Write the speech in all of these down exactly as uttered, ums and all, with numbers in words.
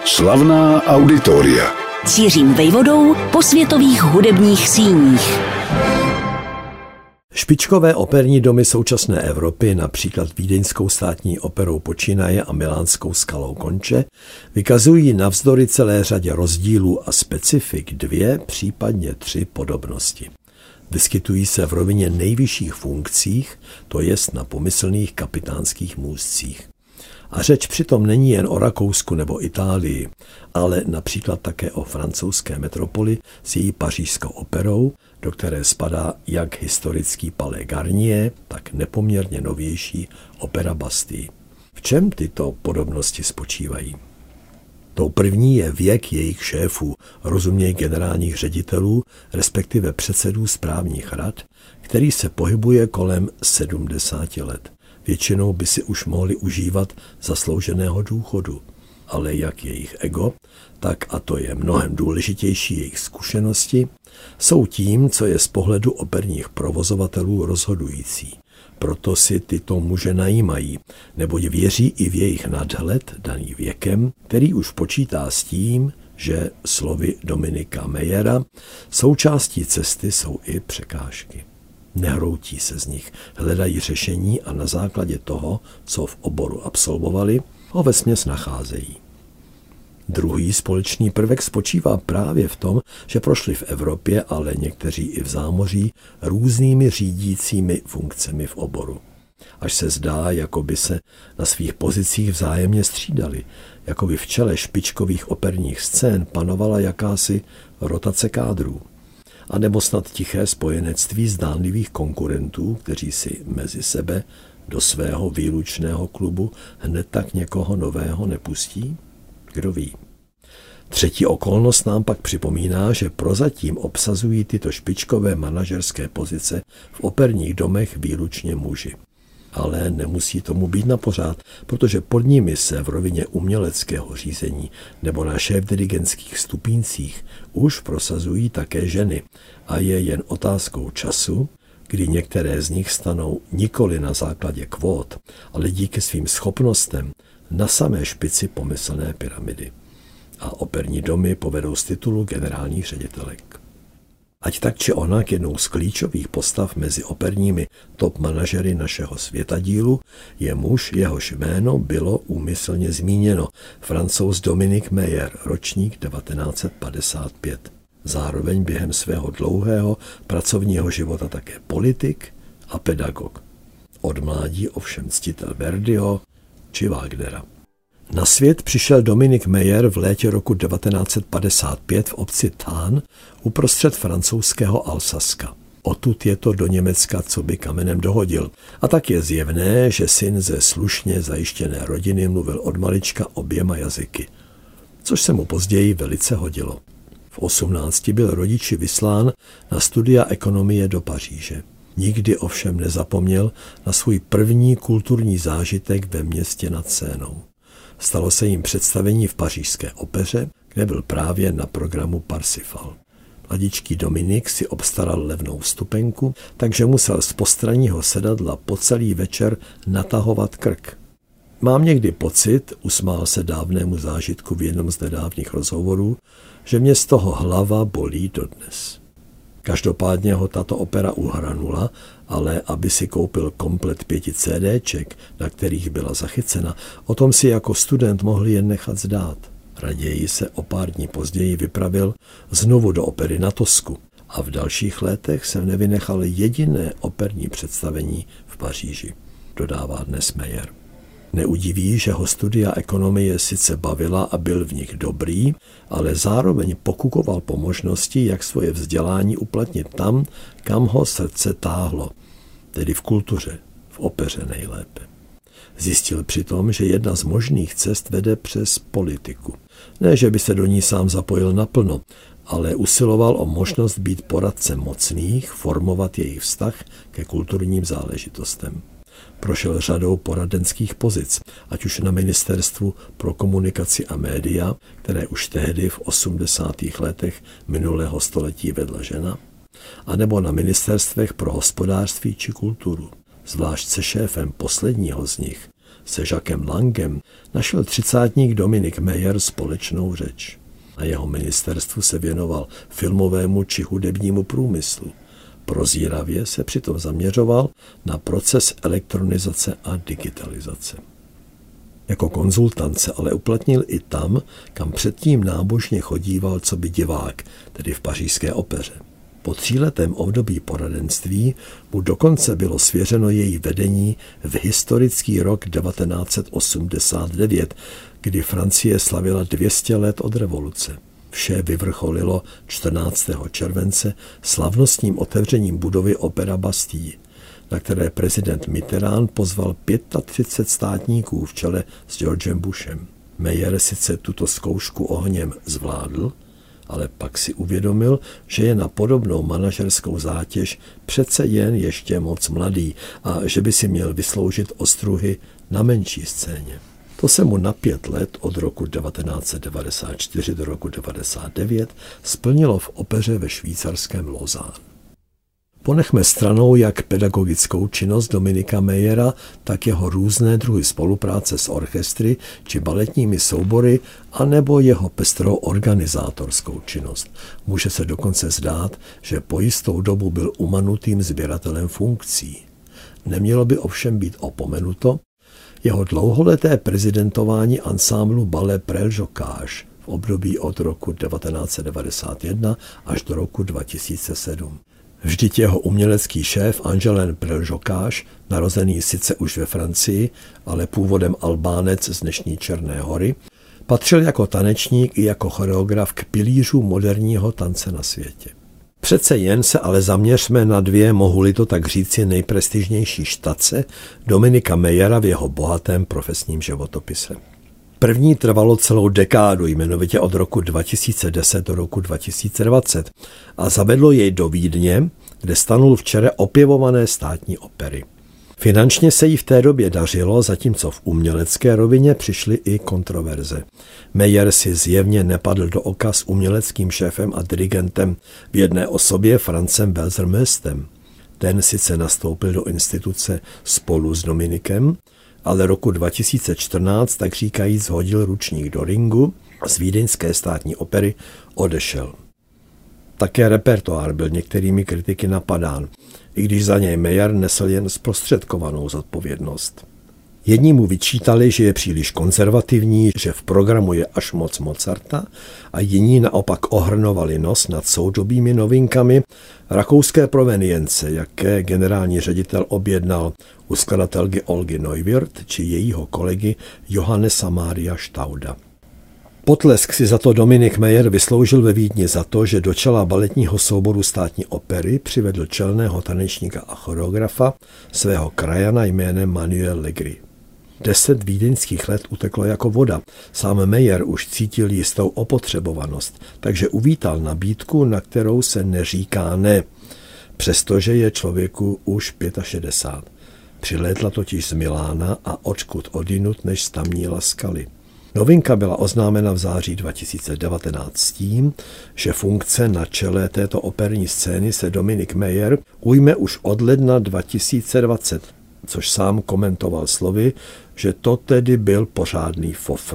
Slavná auditoria. Cířím vejvodou po světových hudebních síních. Špičkové operní domy současné Evropy, například Vídeňskou státní operou počínaje a Milánskou Scalou Conče, vykazují navzdory celé řadě rozdílů a specifik dvě, případně tři podobnosti. Vyskytují se v rovině nejvyšších funkcích, to jest na pomyslných kapitánských můstcích. A řeč přitom není jen o Rakousku nebo Itálii, ale například také o francouzské metropoli s její pařížskou operou, do které spadá jak historický Palais Garnier, tak nepoměrně novější opera Bastille. V čem tyto podobnosti spočívají? Tou první je věk jejich šéfů, rozuměj generálních ředitelů, respektive předsedů správních rad, který se pohybuje kolem sedmdesáti let. Většinou by si už mohli užívat zaslouženého důchodu, ale jak jejich ego, tak, a to je mnohem důležitější, jejich zkušenosti, jsou tím, co je z pohledu operních provozovatelů rozhodující. Proto si tyto muže najímají, neboť věří i v jejich nadhled, daný věkem, který už počítá s tím, že slovy Dominika Meyera součástí cesty jsou i překážky. Nehroutí se z nich, hledají řešení a na základě toho, co v oboru absolvovali, ho vesměs nacházejí. Druhý společný prvek spočívá právě v tom, že prošli v Evropě, ale někteří i v zámoří, různými řídícími funkcemi v oboru. Až se zdá, jako by se na svých pozicích vzájemně střídali, jako by v čele špičkových operních scén panovala jakási rotace kádrů. A nebo snad tiché spojenectví zdánlivých konkurentů, kteří si mezi sebe do svého výlučného klubu hned tak někoho nového nepustí? Kdo ví. Třetí okolnost nám pak připomíná, že prozatím obsazují tyto špičkové manažerské pozice v operních domech výlučně muži. Ale nemusí tomu být napořád, protože pod nimi se v rovině uměleckého řízení nebo na šéfdirigentských stupíncích už prosazují také ženy a je jen otázkou času, kdy některé z nich stanou nikoli na základě kvót, ale díky svým schopnostem na samé špici pomyslné pyramidy. A operní domy povedou z titulu generálních ředitelek. Ať tak či onak jednou z klíčových postav mezi operními top manažery našeho světadílu je muž, jehož jméno bylo úmyslně zmíněno, Francouz Dominique Meyer, ročník devatenáct set padesát pět. Zároveň během svého dlouhého pracovního života také politik a pedagog. Od mládí ovšem ctitel Verdiho či Wagnera. Na svět přišel Dominique Meyer v létě roku devatenáct set padesát pět v obci Thann uprostřed francouzského Alsaska. Odtud je to do Německa, co by kamenem dohodil. A tak je zjevné, že syn ze slušně zajištěné rodiny mluvil od malička oběma jazyky, což se mu později velice hodilo. V osmnácti byl rodiči vyslán na studia ekonomie do Paříže. Nikdy ovšem nezapomněl na svůj první kulturní zážitek ve městě nad Sénou. Stalo se jim představení v pařížské opeře, kde byl právě na programu Parsifal. Mladičký Dominik si obstaral levnou vstupenku, takže musel z postranního sedadla po celý večer natahovat krk. Mám někdy pocit, usmál se dávnému zážitku v jednom z nedávných rozhovorů, že mě z toho hlava bolí dodnes. Každopádně ho tato opera uhranula, ale aby si koupil komplet pěti CDček, na kterých byla zachycena, o tom si jako student mohl jen nechat zdát. Raději se o pár dní později vypravil znovu do opery na Tosku a v dalších letech jsem nevynechal jediné operní představení v Paříži, dodává dnes Meyer. Neudiví, že ho studia ekonomie sice bavila a byl v nich dobrý, ale zároveň pokukoval po možnosti, jak svoje vzdělání uplatnit tam, kam ho srdce táhlo, tedy v kultuře, v opeře nejlépe. Zjistil přitom, že jedna z možných cest vede přes politiku. Ne, že by se do ní sám zapojil naplno, ale usiloval o možnost být poradcem mocných, formovat jejich vztah ke kulturním záležitostem. Prošel řadou poradenských pozic, ať už na Ministerstvu pro komunikaci a média, které už tehdy v osmdesátých letech minulého století vedla žena, anebo na ministerstvech pro hospodářství či kulturu. Zvlášť se šéfem posledního z nich se Jacquem Langem našel třicátník Dominik Meyer společnou řeč. Na jeho ministerstvu se věnoval filmovému či hudebnímu průmyslu. Prozíravě se přitom zaměřoval na proces elektronizace a digitalizace. Jako konzultant se ale uplatnil i tam, kam předtím nábožně chodíval coby divák, tedy v pařížské opeře. Po tříletém období poradenství mu dokonce bylo svěřeno její vedení v historický rok devatenáct set osmdesát devět, kdy Francie slavila dvě stě let od revoluce. Vše vyvrcholilo čtrnáctého července slavnostním otevřením budovy Opéra Bastille, na které prezident Mitterrand pozval třicet pět státníků v čele s Georgem Bushem. Meyer sice tuto zkoušku ohněm zvládl, ale pak si uvědomil, že je na podobnou manažerskou zátěž přece jen ještě moc mladý a že by si měl vysloužit ostruhy na menší scéně. To se mu na pět let od roku devatenáct set devadesát čtyři do roku devadesát devět splnilo v opeře ve švýcarském Lausanne. Ponechme stranou jak pedagogickou činnost Dominika Meyera, tak jeho různé druhy spolupráce s orchestry či baletními soubory, anebo jeho pestrou organizátorskou činnost. Může se dokonce zdát, že po jistou dobu byl umanutým sběratelem funkcí. Nemělo by ovšem být opomenuto jeho dlouholeté prezidentování ansámblu Ballet Prelžokáš v období od roku devatenáct set devadesát jedna až do roku dva tisíce sedm. Vždyť jeho umělecký šéf Angelen Prelžokáš, narozený sice už ve Francii, ale původem Albánec z dnešní Černé Hory, patřil jako tanečník i jako choreograf k pilířům moderního tance na světě. Přece jen se ale zaměřme na dvě, mohu-li to tak říci, nejprestižnější štace Dominika Meyera v jeho bohatém profesním životopise. První trvalo celou dekádu, jmenovitě od roku dva tisíce deset do roku dva tisíce dvacet, a zavedlo jej do Vídně, kde stanul v čele opěvované státní opery. Finančně se jí v té době dařilo, zatímco v umělecké rovině přišly i kontroverze. Meyer si zjevně nepadl do oka s uměleckým šéfem a dirigentem v jedné osobě Francem Belzermöstem. Ten sice nastoupil do instituce spolu s Dominikem, ale roku dva tisíce čtrnáct, tak říkajíc, hodil ručník do ringu a z vídeňské státní opery odešel. Také repertoár byl některými kritiky napadán, i když za něj Meyer nesl jen zprostředkovanou zodpovědnost. Jedni mu vyčítali, že je příliš konzervativní, že v programu je až moc Mozarta, a jiní naopak ohrnovali nos nad soudobými novinkami rakouské provenience, jaké generální ředitel objednal u skladatelky Olgy Neuwirth či jejího kolegy Johannesa Maria Stauda. Potlesk si za to Dominik Meyer vysloužil ve Vídni za to, že do čela baletního souboru státní opery přivedl čelného tanečníka a choreografa, svého krajana jménem Manuel Legri. Deset vídeňských let uteklo jako voda. Sám Meyer už cítil jistou opotřebovanost, takže uvítal nabídku, na kterou se neříká ne, přestože je člověku už šedesát pět. Přilétla totiž z Milána a odkud odinut než z tamní Laskaly. Novinka byla oznámena v září dva tisíce devatenáct s tím, že funkce na čele této operní scény se Dominik Meyer ujme už od ledna dva tisíce dvacet, což sám komentoval slovy, že to tedy byl pořádný fofr.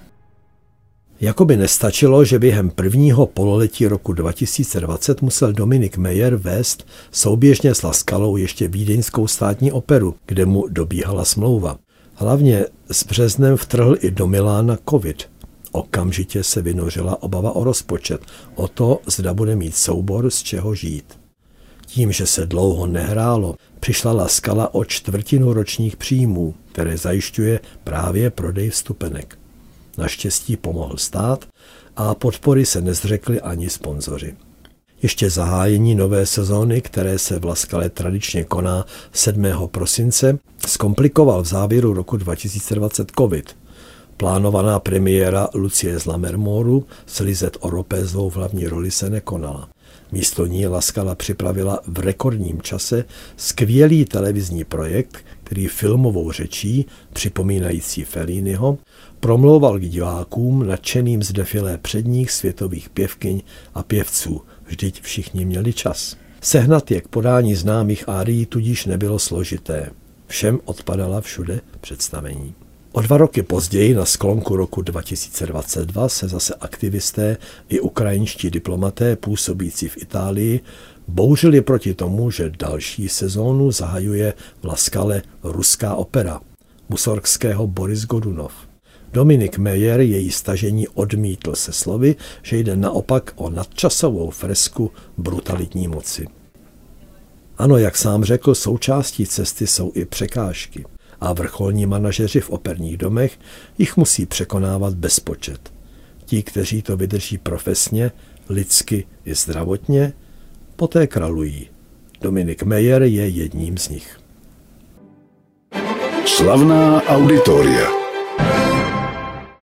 Jakoby nestačilo, že během prvního pololetí roku dva tisíce dvacet musel Dominik Meyer vést souběžně s Laskalou ještě vídeňskou státní operu, kde mu dobíhala smlouva. Hlavně s březnem vtrhl i do Milána covid. Okamžitě se vynořila obava o rozpočet, o to, zda bude mít soubor z čeho žít. Tím, že se dlouho nehrálo, přišla Laskala o čtvrtinu ročních příjmů, které zajišťuje právě prodej vstupenek. Naštěstí pomohl stát a podpory se nezřekli ani sponzoři. Ještě zahájení nové sezóny, které se v Laskale tradičně koná sedmého prosince, zkomplikoval v závěru roku dva tisíce dvacet covid. Plánovaná premiéra Lucie z Lammermoru s Lisette Oropézovou v hlavní roli se nekonala. Místo ní Laskala připravila v rekordním čase skvělý televizní projekt, který filmovou řečí, připomínající Felliniho, promlouval k divákům nadšeným z defilé předních světových pěvkyň a pěvců. Vždyť všichni měli čas. Sehnat je k podání známých árií tudíž nebylo složité. Všem odpadala všude představení. O dva roky později, na sklonku roku dva tisíce dvacet dva, se zase aktivisté i ukrajinští diplomaté působící v Itálii bouřili proti tomu, že další sezónu zahajuje v La Scale ruská opera Mussorgského Boris Godunov. Dominik Meyer její stažení odmítl se slovy, že jde naopak o nadčasovou fresku brutalitní moci. Ano, jak sám řekl, součástí cesty jsou i překážky a vrcholní manažeři v operních domech jich musí překonávat bezpočet. Ti, kteří to vydrží profesně, lidsky i zdravotně, poté kralují. Dominik Meyer je jedním z nich. Slavná auditoria.